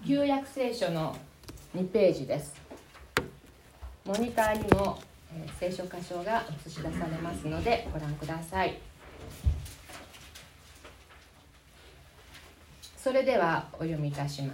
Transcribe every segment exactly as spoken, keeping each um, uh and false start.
旧約聖書のにページです。モニターにも、えー、聖書箇所が映し出されますのでご覧ください。それではお読みいたします。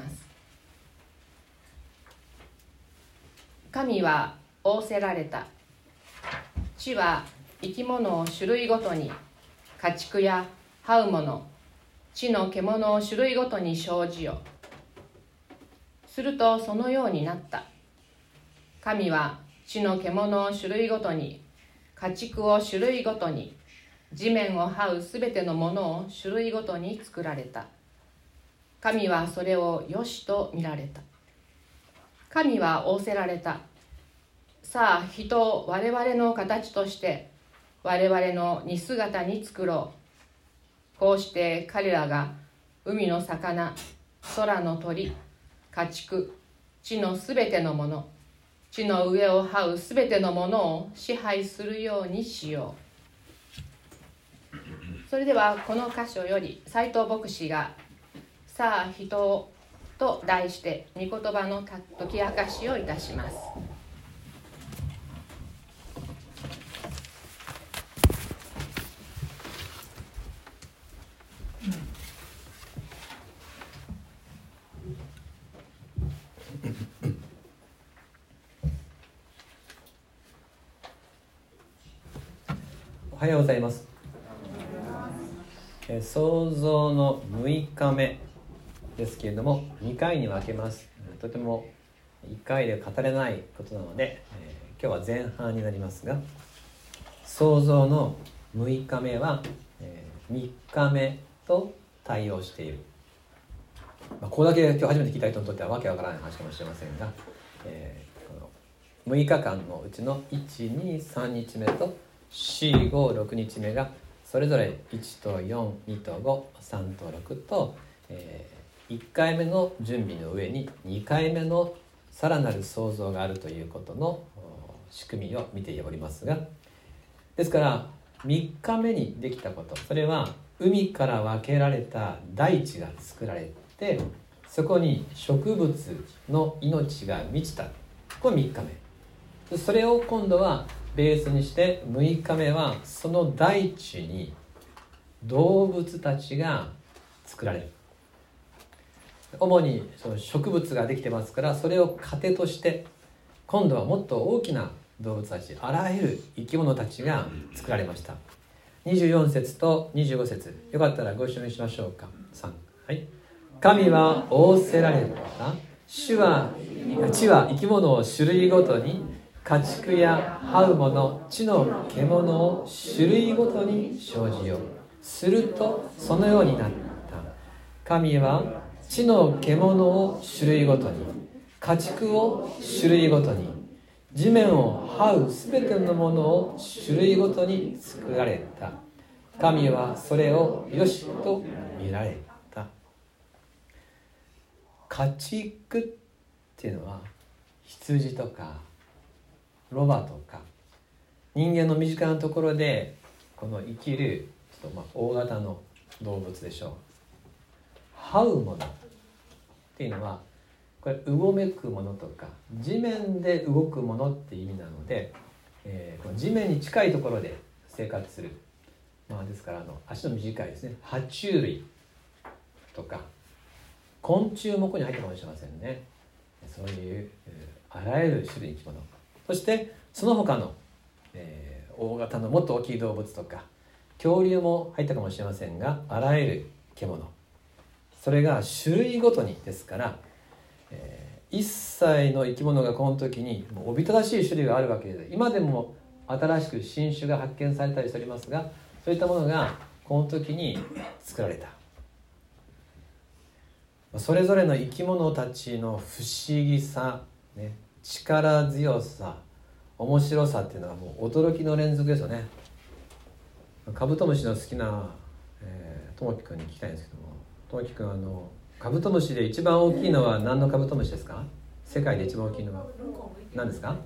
神は仰せられた。地は生き物を種類ごとに、家畜や這うもの、地の獣を種類ごとに生じよ。するとそのようになった。神は地の獣を種類ごとに、家畜を種類ごとに、地面を這うすべてのものを種類ごとに作られた。神はそれをよしと見られた。神は仰せられた。さあ、人を我々の形として我々の似姿に作ろう。こうして彼らが海の魚、空の鳥、家畜、地のすべてのもの、地の上を這うすべてのものを支配するようにしよう。それではこの箇所より斉藤牧師がさあ人をと題して御言葉の解き明かしをいたします。 おはようございます。え創造のむいかめですけれどもにかいに分けます。とてもいっかいで語れないことなので、えー、今日は前半になりますが、創造のむいかめは、えー、みっかめと対応している。まあ、ここだけ今日初めて聞いた人にとってはわけわからない話かもしれませんが、えー、このむいかかんのうちのいち、に、さんにちめとよん、ご、ろくにちめがそれぞれいちとよん、にとご、さんとろくと、えー、いっかいめの準備の上ににかいめのさらなる創造があるということの仕組みを見ておりますが、ですからみっかめにできたこと、それは海から分けられた大地が作られて、そこに植物の命が満ちた。これみっかめ。それを今度はベースにしてむいかめはその大地に動物たちが作られる。主にその植物ができてますから、それを糧として今度はもっと大きな動物たち、あらゆる生き物たちが作られました。にじゅうよん節とにじゅうご節、よかったらご一緒にしましょうか。さん、はい。神は仰せられた。主は地は生き物を種類ごとに、家畜や這うもの、地の獣を種類ごとに生じよう。するとそのようになった。神は地の獣を種類ごとに、家畜を種類ごとに、地面を這うすべてのものを種類ごとに作られた。神はそれをよしと見られた。家畜っていうのは羊とかロバとか人間の身近なところでこの生きるちょっとまあ大型の動物でしょう。這うものっていうのはこれうごめくものとか地面で動くものっていう意味なので、えー、この地面に近いところで生活する、まあ、ですからあの足の短いですね爬虫類とか昆虫もここに入ってるかもしれませんね。そういうあらゆる種類の生き物、そしてその他の、えー、大型のもっと大きい動物とか恐竜も入ったかもしれませんが、あらゆる獣、それが種類ごとにですから、えー、一切の生き物がこの時にもうおびただしい種類があるわけで、今でも新しく新種が発見されたりしておりますが、そういったものがこの時に作られた。それぞれの生き物たちの不思議さ、ね、力強さ、面白さっていうのはもう驚きの連続ですよね。カブトムシの好きな、えー、ともきくんに聞きたいんですけども、ともきくん、あのカブトムシで一番大きいのは何のカブトムシですか？世界で一番大きいのは何ですか？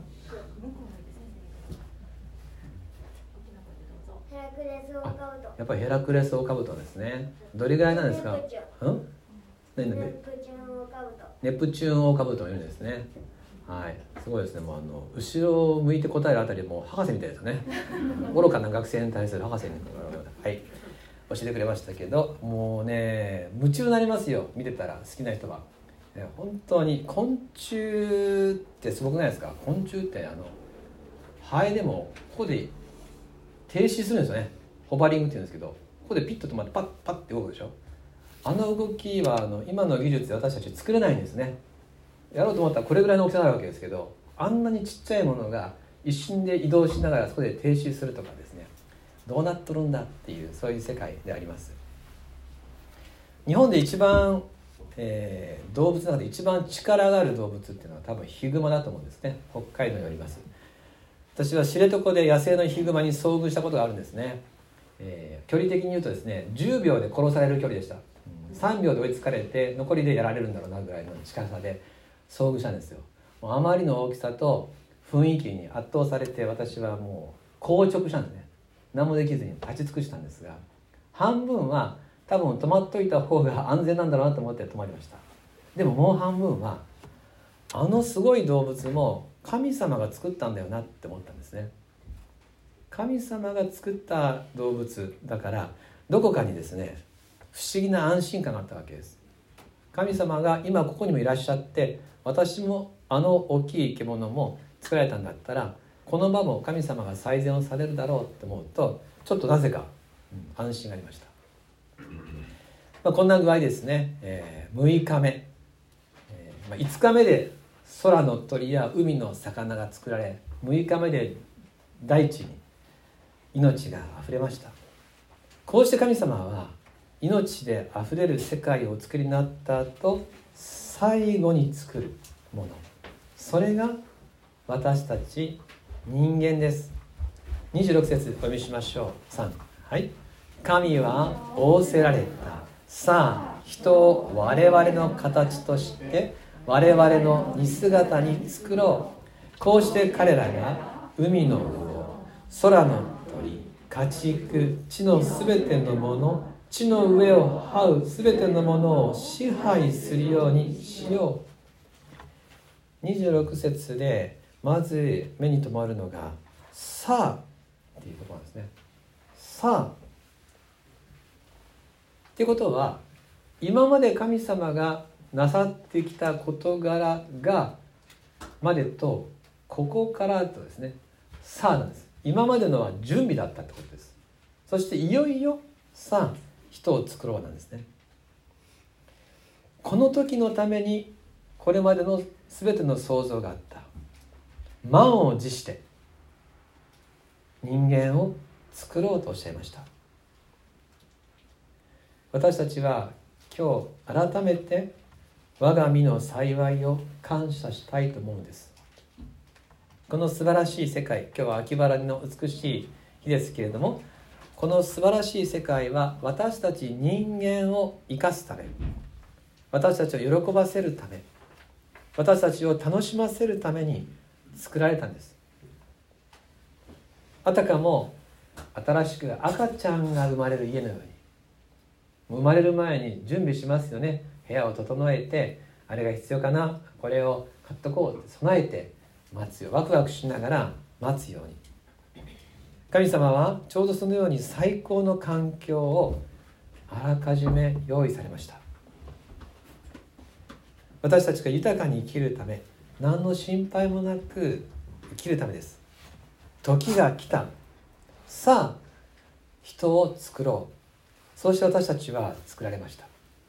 ヘラクレスオオカブト。 やっぱりヘラクレスオオカブトですね。どれぐらいなんですか？うん？何だっけ？ ネプチューンオオカブトもいるんですね。はい、すごいですね。もうあの後ろを向いて答えるあたりもう博士みたいですよね。愚かな学生に対する博士に、はい、教えてくれましたけど、もうね夢中になりますよ。見てたら好きな人は。本当に昆虫ってすごくないですか。昆虫ってあのハエでもここで停止するんですよね。ホバリングって言うんですけど、ここでピッと止まってパッパッて動くでしょ。あの動きはあの今の技術で私たち作れないんですね。やろうと思ったらこれぐらいの大きさになるわけですけど、あんなにちっちゃいものが一瞬で移動しながらそこで停止するとかですね、どうなっとるんだっていう、そういう世界であります。日本で一番、えー、動物の中で一番力がある動物っていうのは多分ヒグマだと思うんですね。北海道におります。私は知床で野生のヒグマに遭遇したことがあるんですね。えー、距離的に言うとですね、じゅうびょうで殺される距離でした。さんびょうで追いつかれて残りでやられるんだろうなぐらいの近さで遭遇したんですよ。もうあまりの大きさと雰囲気に圧倒されて、私はもう硬直したんですね。何もできずに立ち尽くしたんですが、半分は多分止まっといた方が安全なんだろうなと思って止まりました。でももう半分はあのすごい動物も神様が作ったんだよなって思ったんですね。神様が作った動物だから、どこかにですね不思議な安心感があったわけです。神様が今ここにもいらっしゃって、私もあの大きい生き物も作られたんだったら、この場も神様が最善をされるだろうって思うと、ちょっとなぜか、うん、安心がありました。まあ、こんな具合ですね、えー、むいかめ、えーまあ、いつかめで空の鳥や海の魚が作られ、むいかめで大地に命があふれました。こうして神様は命であふれる世界をお作りになった後、最後に作るもの、それが私たち人間です。にじゅうろく節お読みしましょう。さん、はい。神は仰せられた。さあ人を我々の形として我々の似姿に作ろう。こうして彼らが海の魚、空の鳥、家畜、地のすべてのもの、地の上を這うすべてのものを支配するようにしよう。にじゅうろく節でまず目に留まるのがさあっていうところなんですね。さあっていうことは、今まで神様がなさってきた事柄がまでと、ここからとですね、さあなんです。今までのは準備だったってことです。そしていよいよさあ人を作ろうなんですね。この時のためにこれまでの全ての創造があった。満を持して人間を作ろうとおっしゃいました。私たちは今日改めて我が身の幸いを感謝したいと思うんです。この素晴らしい世界、今日は秋晴れの美しい日ですけれども、この素晴らしい世界は私たち人間を生かすため、私たちを喜ばせるため、私たちを楽しませるために作られたんです。あたかも新しく赤ちゃんが生まれる家のように、生まれる前に準備しますよね。部屋を整えて、あれが必要かな、これを買っとこうって備えて待つよ、ワクワクしながら待つように、神様はちょうどそのように最高の環境をあらかじめ用意されました。私たちが豊かに生きるため、何の心配もなく生きるためです。時が来た。さあ人を作ろう。そうして私たちは作られました。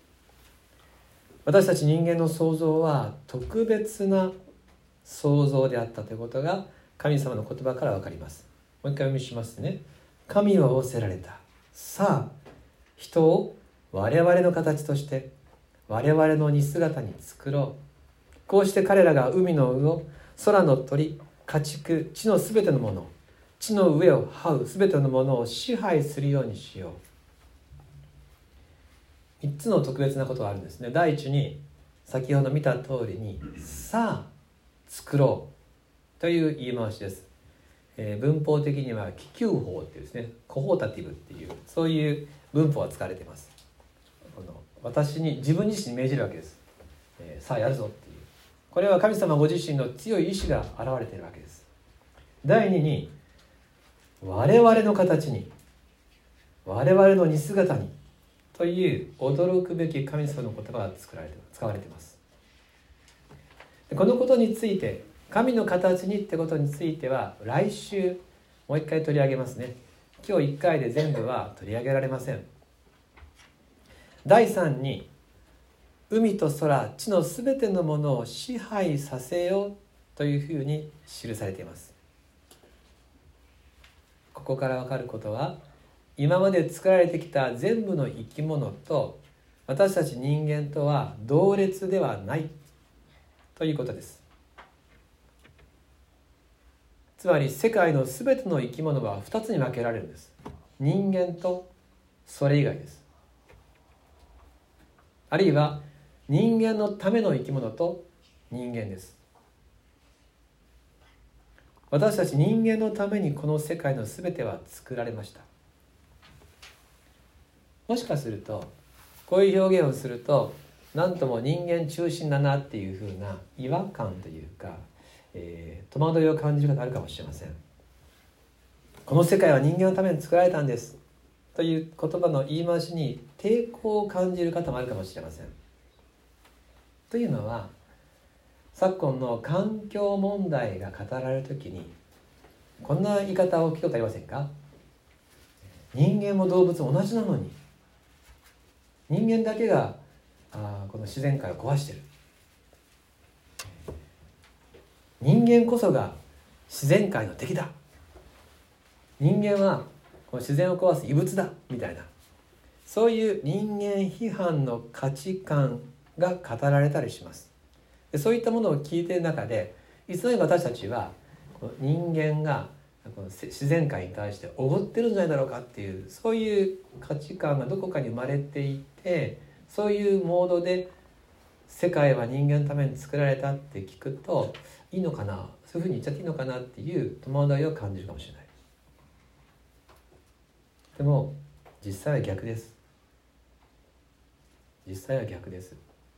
私たち人間の創造は特別な創造であったということが神様の言葉から分かります。もう一回お読みしますね。神は仰せられた。さあ人を我々の形として我々の似姿に作ろう。こうして彼らが海の魚、空の鳥、家畜、地のすべてのもの、地の上を這うすべてのものを支配するようにしよう。みっつの特別なことがあるんですね。第一に先ほど見た通りにさあ作ろうという言い回しです。えー、文法的には帰求法っていうですね、コホータティブっていうそういう文法が使われています。この私に自分自身に命じるわけです。 えー、さあやるぞっていう、これは神様ご自身の強い意志が現れているわけです。第二に、我々の形に、我々の似姿にという驚くべき神様の言葉が作られて使われています。でこのことについて、神の形にってことについては来週もう一回取り上げますね。今日一回で全部は取り上げられません。だいさんに、海と空、地のすべてのものを支配させようというふうに記されています。ここから分かることは、今まで作られてきた全部の生き物と私たち人間とは同列ではないということです。つまり世界のすべての生き物はふたつに分けられるんです。人間とそれ以外です。あるいは人間のための生き物と人間です。私たち人間のためにこの世界のすべては作られました。もしかするとこういう表現をすると何とも人間中心だなっていうふうな違和感というか、えー、戸惑いを感じる方があるかもしれません。この世界は人間のために作られたんですという言葉の言い回しに抵抗を感じる方もあるかもしれません。というのは、昨今の環境問題が語られるときにこんな言い方を聞いたことありませんか？人間も動物も同じなのに人間だけがあこの自然界を壊している、人間こそが自然界の敵だ、人間はこの自然を壊す異物だみたいな、そういう人間批判の価値観が語られたりします。でそういったものを聞いている中で、いつの間に私たちはこの人間がこの自然界に対しておごってるんじゃないだろうかっていう、そういう価値観がどこかに生まれていて、そういうモードで世界は人間のために作られたって聞くと、いいのかな、そういうふうに言っちゃっていいのかなっていう戸惑いを感じるかもしれない。でも実際は逆です。実際は逆です。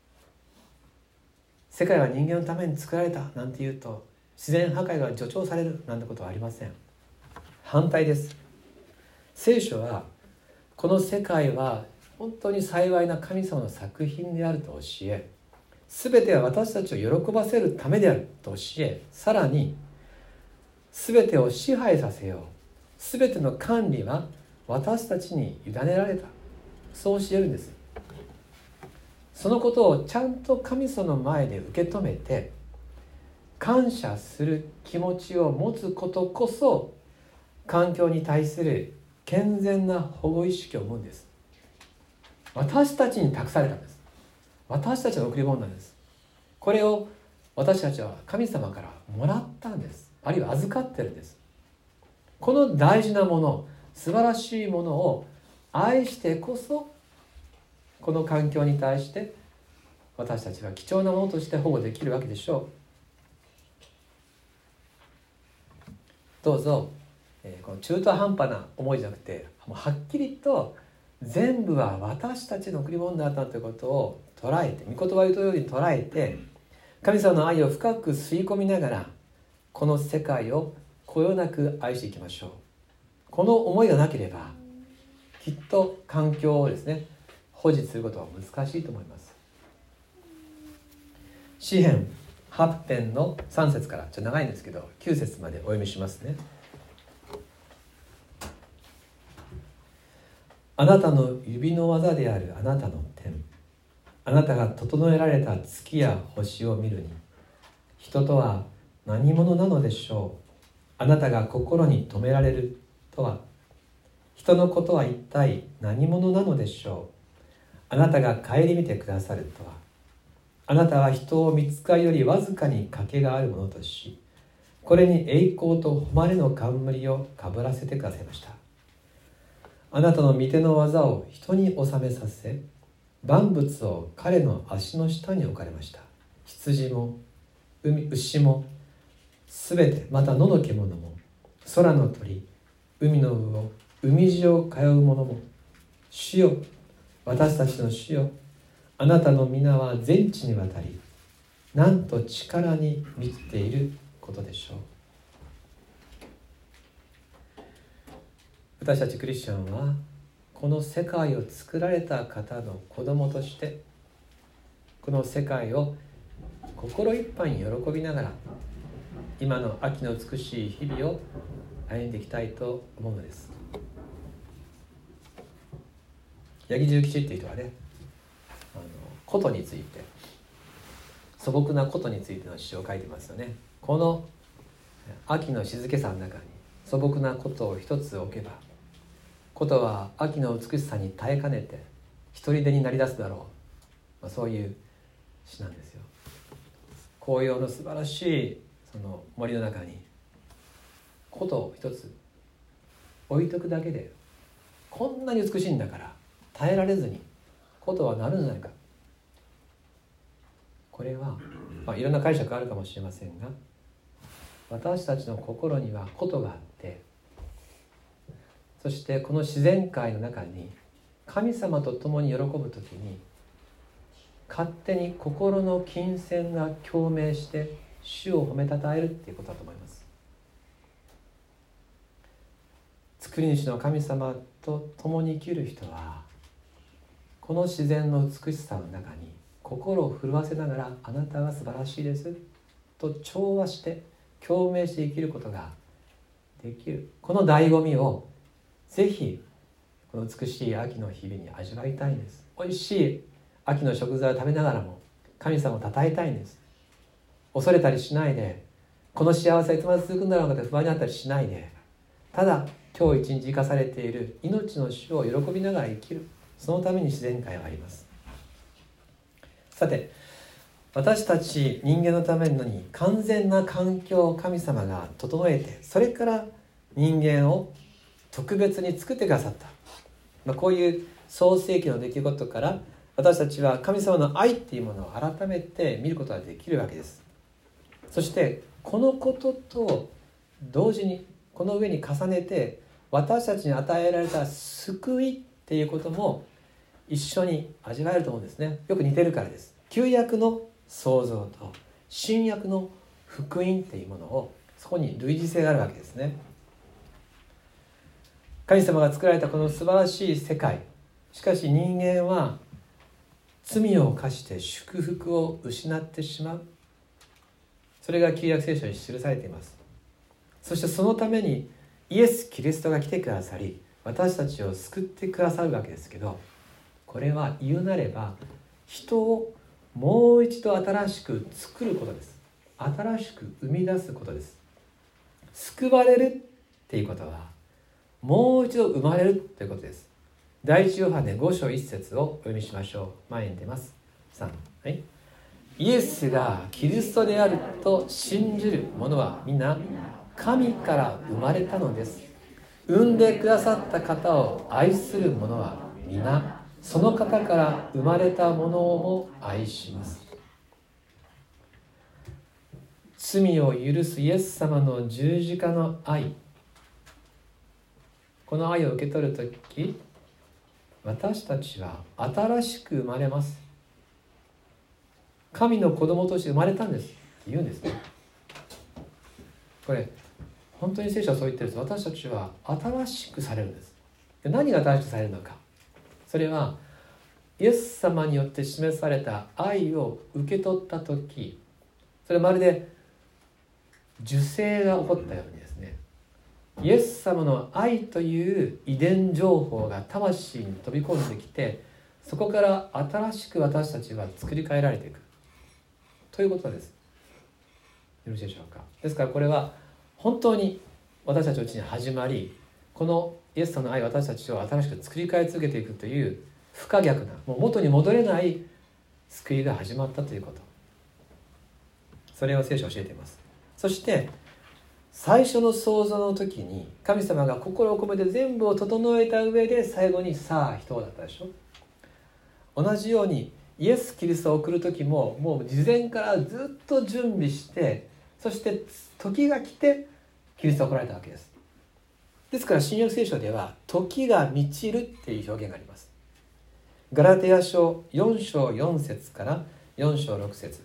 世界は人間のために作られたなんて言うと、自然破壊が助長されるなんてことはありません。反対です。聖書はこの世界は本当に幸いな神様の作品であると教え、すべては私たちを喜ばせるためであると教え、さらにすべてを支配させよう、すべての管理は私たちに委ねられた、そう教えるんです。そのことをちゃんと神様の前で受け止めて感謝する気持ちを持つことこそ、環境に対する健全な保護意識を生むんです。私たちに託されたんです。私たちの贈り物なんです。これを私たちは神様からもらったんです。あるいは預かってるんです。この大事なもの、素晴らしいものを愛してこそ、この環境に対して私たちは貴重なものとして保護できるわけでしょう。どうぞ、えー、この中途半端な思いじゃなくて、もうはっきりと全部は私たちの贈り物だったということを捉えて、御言葉を言うように捉えて、神様の愛を深く吸い込みながら、この世界をこよなく愛していきましょう。この思いがなければ、きっと環境をですね、保持することは難しいと思います。詩編はち編のさん節から、ちょっと長いんですけどきゅう節までお読みしますね。あなたの指の技であるあなたの天、あなたが整えられた月や星を見るに、人とは何者なのでしょう。あなたが心に留められるとは、人のことは一体何者なのでしょう。あなたが顧みてくださるとは、あなたは人を御使いよりわずかに賭けがあるものとし、これに栄光と誉れの冠をかぶらせてくださいました。あなたの御手の技を人に収めさせ、万物を彼の足の下に置かれました。羊も海牛もすべて、また野の獣も空の鳥、海の魚、海地を通う者も、主よ、私たちの主よ、 あなたの皆は全地にわたり、なんと力に満ちていることでしょう。私たちクリスチャンはこの世界を作られた方の子供として、この世界を心いっぱいに喜びながら今の秋の美しい日々を歩んでいきたいと思うのです。八木重吉っていう人はね、あのことについて、素朴なことについての詩を書いてますよね。この秋の静けさの中に素朴なことを一つ置けば、ことは秋の美しさに耐えかねて一人でになり出すだろう、まあ、そういう詩なんですよ。紅葉の素晴らしいその森の中にことを一つ置いとくだけで、こんなに美しいんだから耐えられずにことはなるんじゃないか。これは、まあ、いろんな解釈あるかもしれませんが、私たちの心にはことがあって、そしてこの自然界の中に神様と共に喜ぶときに、勝手に心の金銭が共鳴して主を褒めたたえるっていうことだと思います。作り主の神様と共に生きる人は、この自然の美しさの中に心を震わせながら、あなたは素晴らしいですと調和して共鳴して生きることができる。この醍醐味をぜひこの美しい秋の日々に味わいたいんです。おいしい秋の食材を食べながらも神様をたたえたいんです。恐れたりしないで、この幸せはいつまで続くんだろうかと不安になったりしないで、ただ今日一日生かされている命の主を喜びながら生きる。そのために自然界はあります。さて、私たち人間のために完全な環境を神様が整えて、それから人間を特別に作ってくださった、まあ、こういう創世記の出来事から私たちは神様の愛っていうものを改めて見ることができるわけです。そしてこのことと同時に、この上に重ねて私たちに与えられた救いっていうことも一緒に味わえると思うんですね。よく似てるからです。旧約の創造と新約の福音っていうものを、そこに類似性があるわけですね。神様が作られたこの素晴らしい世界、しかし人間は罪を犯して祝福を失ってしまう。それが旧約聖書に記されています。そしてそのためにイエス・キリストが来てくださり、私たちを救ってくださるわけですけど、これは言うなれば人をもう一度新しく作ることです。新しく生み出すことです。救われるっていうことはもう一度生まれるということです。第一ヨハネご章いち節をお読みしましょう。前に出ます。さん、はい、イエスがキリストであると信じる者は皆神から生まれたのです。産んでくださった方を愛する者は皆その方から生まれたものをも愛します。罪を許すイエス様の十字架の愛、この愛を受け取るとき、私たちは新しく生まれます。神の子供として生まれたんです言うんですね。これ本当に聖書はそう言ってるんです。私たちは新しくされるんです。で、何が新しくされるのか、それはイエス様によって示された愛を受け取ったとき、それはまるで受精が起こったようにですね、イエス様の愛という遺伝情報が魂に飛び込んできて、そこから新しく私たちは作り変えられていくということです。よろしいでしょうか。ですからこれは本当に私たちのうちに始まり、このイエス様の愛、私たちを新しく作り変え続けていくという不可逆な、もう元に戻れない救いが始まったということ、それを聖書は教えています。そして最初の創造の時に神様が心を込めて全部を整えた上で最後にさあ人だったでしょ。同じようにイエス・キリストを送る時ももう事前からずっと準備して、そして時が来てキリストが来られたわけです。ですから新約聖書では時が満ちるっていう表現があります。 ガラテヤ書よん章よん節からよん章ろく節、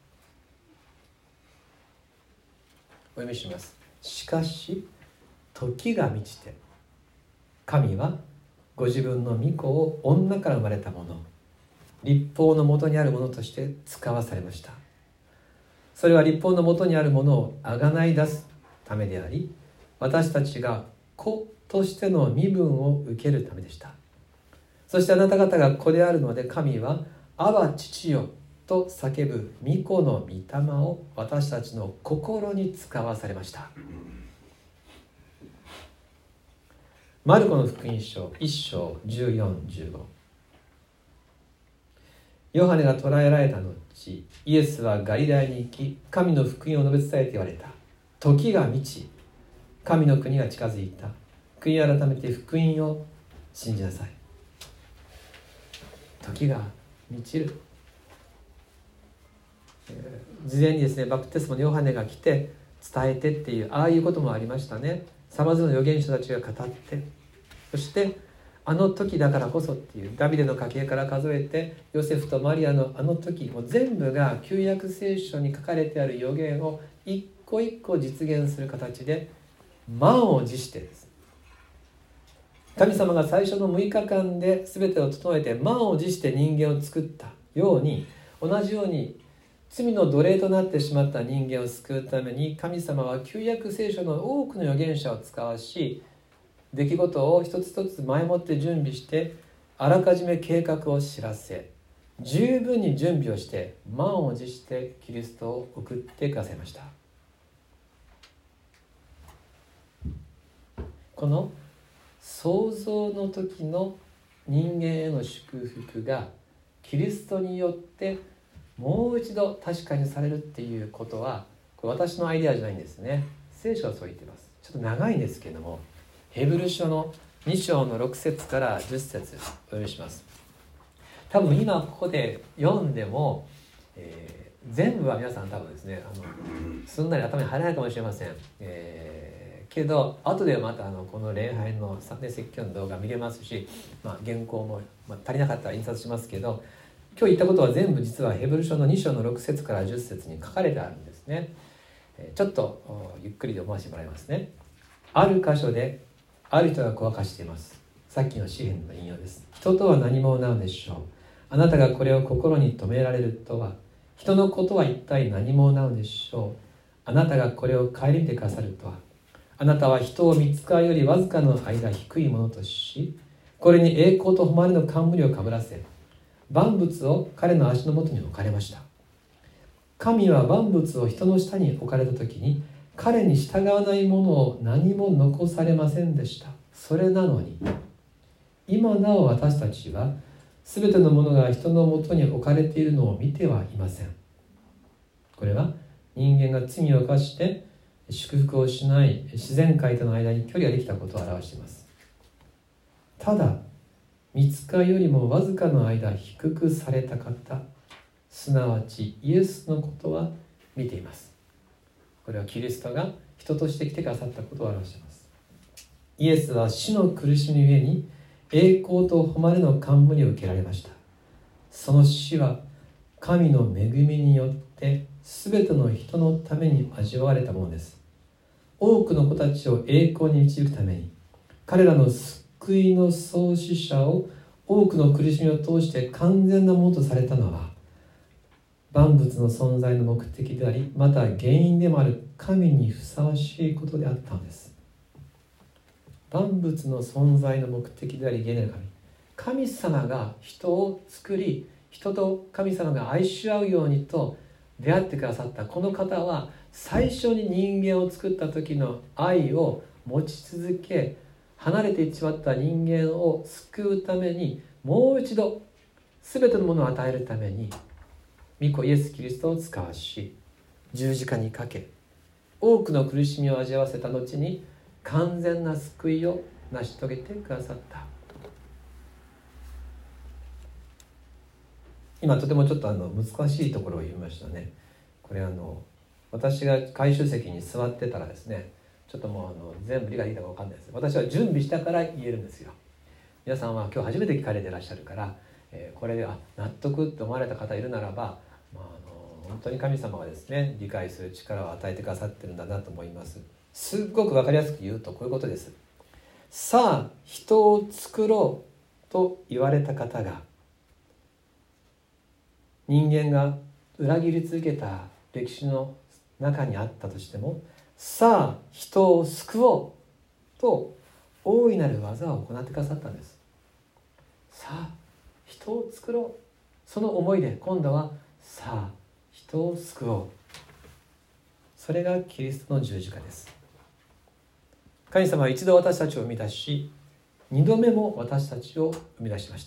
お読みします。しかし時が満ちて、神はご自分の御子を女から生まれたもの、律法のもとにあるものとして使わされました。それは律法のもとにあるものをあがない出すためであり、私たちが子としての身分を受けるためでした。そしてあなた方が子であるので、神はアバ父よと叫ぶ御子の御霊を私たちの心に使わされました。マルコの福音書いっ章じゅうよん、じゅうご。ヨハネが捕らえられた後、イエスはガリラヤに行き、神の福音を述べ伝えて言われた。時が満ち、神の国が近づいた。悔い改めて福音を信じなさい。時が満ちる。事前にですね、バプテスマのヨハネが来て伝えてっていう、ああいうこともありましたね。さまざまな預言者たちが語って、そしてあの時だからこそっていう、ダビデの家系から数えてヨセフとマリアのあの時、もう全部が旧約聖書に書かれてある預言を一個一個実現する形で満を持してです。神様が最初のむいかかんで全てを整えて満を持して人間を作ったように、同じように罪の奴隷となってしまった人間を救うために、神様は旧約聖書の多くの預言者を使わし、出来事を一つ一つ前もって準備して、あらかじめ計画を知らせ、十分に準備をして満を持してキリストを送ってくださいました。この創造の時の人間への祝福がキリストによってもう一度確かにされるっていうことは、これ私のアイデアじゃないんですね。聖書はそう言っています。ちょっと長いんですけれども、ヘブル書のに章のろく節からじゅっ節お読みします。多分今ここで読んでも、えー、全部は皆さん多分ですね、あのすんなり頭に入らないかもしれません、えー、けど後でまたあのこの礼拝のさんねん説教の動画見れますし、まあ、原稿も、まあ、足りなかったら印刷しますけど、今日言ったことは全部実はヘブル書のに章のろく節からじゅっ節に書かれてあるんですね。ちょっとゆっくりで読ませてもらいますね。ある箇所である人がこう明かしています。さっきの詩篇の引用です。人とは何者なのでしょう。あなたがこれを心に留められるとは、人のことは一体何者なのでしょう。あなたがこれを顧みてくださるとは、あなたは人を御使いよりわずかの間低いものとし、これに栄光と誉れの冠をかぶらせ、万物を彼の足のもとに置かれました。神は万物を人の下に置かれたときに、彼に従わないものを何も残されませんでした。それなのに、今なお私たちは全てのものが人のもとに置かれているのを見てはいません。これは人間が罪を犯して祝福をしない自然界との間に距離ができたことを表しています。ただ、御使いよりもわずかの間低くされた方、すなわちイエスのことは見ています。これはキリストが人として来てくださったことを表しています。イエスは死の苦しみゆえに栄光と誉れの冠を受けられました。その死は神の恵みによって全ての人のために味わわれたものです。多くの子たちを栄光に導くために、彼らの救いの創始者を多くの苦しみを通して完全なものとされたのは、万物の存在の目的であり、また原因でもある神にふさわしいことであったのです。万物の存在の目的であり原因である神、神様が人を作り、人と神様が愛し合うようにと出会ってくださったこの方は、最初に人間を作った時の愛を持ち続け、離れていってしまった人間を救うために、もう一度全てのものを与えるために御子イエス・キリストを使わし、十字架にかけ、多くの苦しみを味わわせた後に完全な救いを成し遂げてくださった。今とてもちょっとあの難しいところを言いましたね。これあの私が回収席に座ってたらですね、ちょっともうあの全部理解できたか分かんないです。私は準備したから言えるんですよ。皆さんは今日初めて聞かれていらっしゃるから、 えー、これであ納得って思われた方いるならば、まあ、あの本当に神様はですね理解する力を与えてくださってるんだなと思います。すっごく分かりやすく言うとこういうことです。さあ人を作ろうと言われた方が、人間が裏切り続けた歴史の中にあったとしても、さあ人を救おうと大いなる技を行ってくださったんです。さあ人を作ろう、その思いで今度はさあ人を救おう。それがキリストの十字架です。神様は一度私たちを生み出し、二度目も私たちを生み出しました。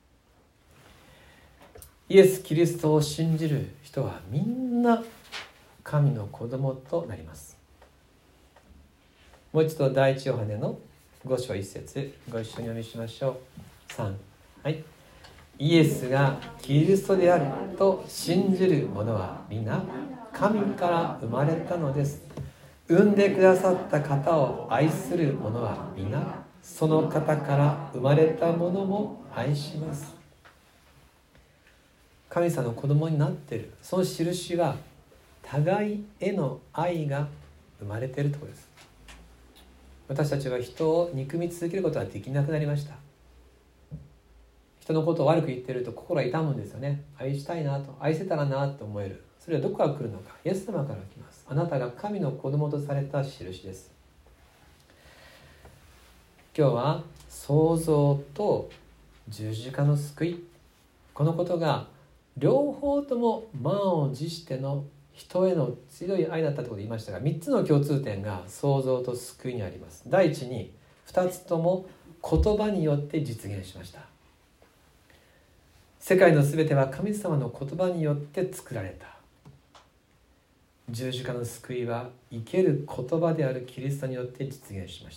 イエス・キリストを信じる人はみんな神の子供となります。もう一度第一ヨハネのご章一節ご一緒に読みしましょう。さん、はい。イエスがキリストであると信じる者は皆神から生まれたのです。産んでくださった方を愛する者は皆その方から生まれたものも愛します。神様の子供になっている、その印は互いへの愛が生まれているところです。私たちは人を憎み続けることはできなくなりました。人のことを悪く言っていると心が痛むんですよね。愛したいなと、愛せたらなと思える。それはどこから来るのか。イエス様から来ます。あなたが神の子供とされた印です。今日は創造と十字架の救い、このことが両方とも満を持しての人への強い愛だったということを言いましたが、みっつの共通点が創造と救いにあります。第一にふたつとも言葉によって実現しました。世界のすべては神様の言葉によって作られた。十字架の救いは生ける言葉であるキリストによって実現しました。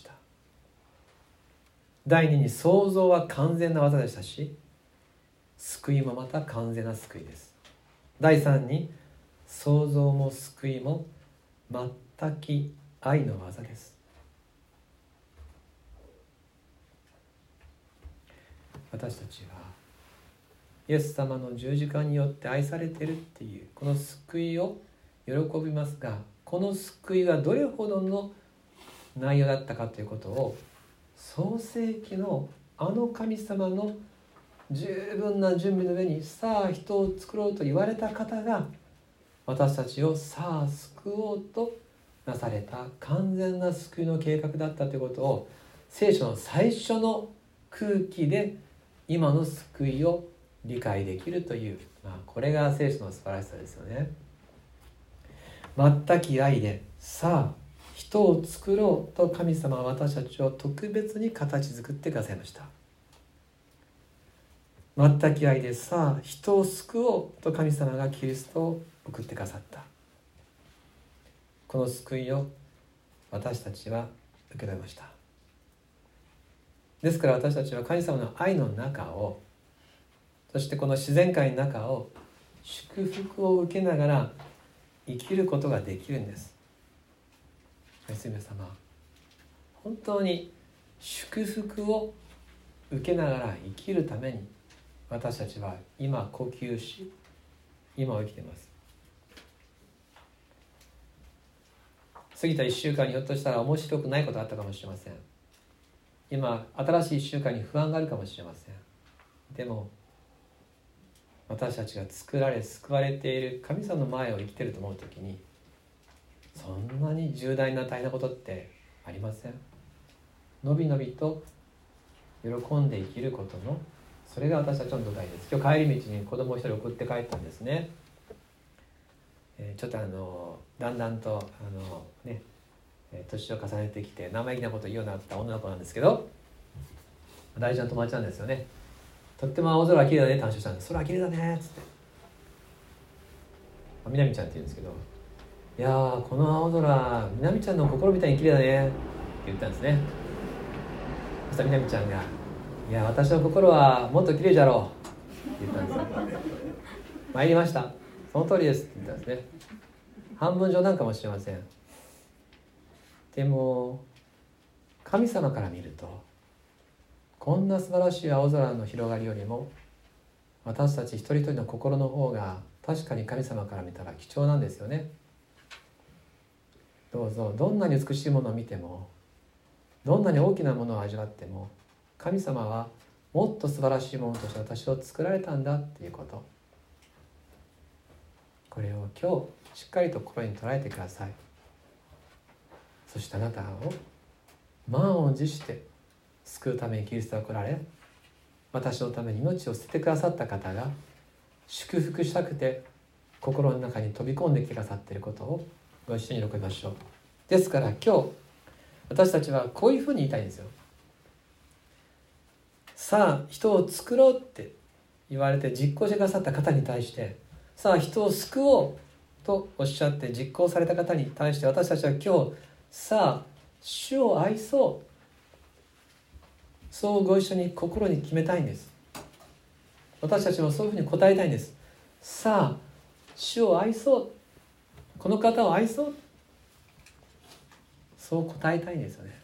第二に創造は完全な技でしたし、救いもまた完全な救いです。第三に創造も救いも全き愛の技です。私たちはイエス様の十字架によって愛されているっていうこの救いを喜びますが、この救いがどれほどの内容だったかということを創世記のあの神様の十分な準備の上にさあ人を作ろうと言われた方が私たちをさあ救おうとなされた完全な救いの計画だったということを聖書の最初の空気で今の救いを理解できるという、まあ、これが聖書の素晴らしさですよね。全き愛でさあ人を作ろうと神様は私たちを特別に形作ってくださいました。全き愛でさあ人を救おうと神様がキリストを送ってくださった。この救いを私たちは受け取りました。ですから私たちは神様の愛の中を、そしてこの自然界の中を祝福を受けながら生きることができるんです。娘様、本当に祝福を受けながら生きるために私たちは今呼吸し今を生きています。過ぎたいっしゅうかんにひょっとしたら面白くないことがあったかもしれません。今新しいいっしゅうかんに不安があるかもしれません。でも私たちが作られ救われている神様の前を生きていると思うときに、そんなに重大な大変なことってありません。のびのびと喜んで生きることの、それが私たちの土台です。今日帰り道に子供を一人送って帰ったんですね。えー、ちょっとあのだんだんとあのね年を重ねてきて生意気なことを言うようになった女の子なんですけど、大事な友達なんですよね。とっても青空綺麗だねって話をしたんです。空綺麗だねっつって、みなみちゃんって言うんですけど、いやーこの青空みなみちゃんの心みたいに綺麗だねって言ったんですね。そしたらみなみちゃんが、いや私の心はもっと綺麗じゃろうって言ったんですよ。参りました、その通りですって言ったんですね。半分冗談かもしれません。でも神様から見るとこんな素晴らしい青空の広がりよりも私たち一人一人の心の方が確かに神様から見たら貴重なんですよね。どうぞ、どんなに美しいものを見ても、どんなに大きなものを味わっても、神様はもっと素晴らしいものとして私を作られたんだっていうこと、これを今日しっかりと心に捉えてください。そしてあなたを満を持して救うためにキリストは来られ、私のために命を捨ててくださった方が祝福したくて心の中に飛び込んできてくださっていることをご一緒に喜びましょう。ですから今日私たちはこういうふうに言いたいんですよ。さあ人を作ろうって言われて実行してくださった方に対して、さあ人を救おうとおっしゃって実行された方に対して、私たちは今日さあ主を愛そう、そうご一緒に心に決めたいんです。私たちもそういうふうに答えたいんです。さあ主を愛そう、この方を愛そう、そう答えたいんですよね。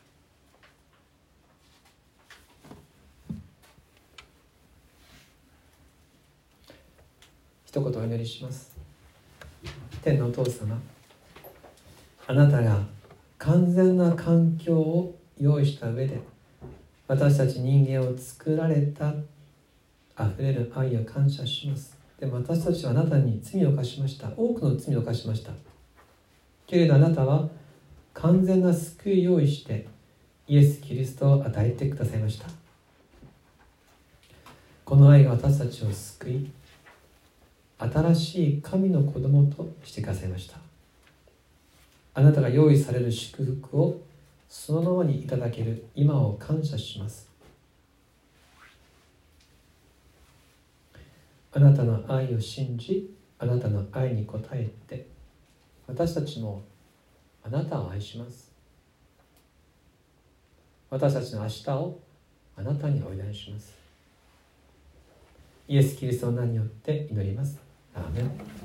一言お祈りします。天のお父様、あなたが完全な環境を用意した上で私たち人間を作られたあふれる愛を感謝します。でも私たちはあなたに罪を犯しました。多くの罪を犯しました。けれどあなたは完全な救いを用意してイエス・キリストを与えてくださいました。この愛が私たちを救い、新しい神の子供としてくださいました。あなたが用意される祝福をそのままにいただける今を感謝します。あなたの愛を信じ、あなたの愛に応えて、私たちもあなたを愛します。私たちの明日をあなたにお委ねします。イエス・キリストの名によって祈ります。アーメン。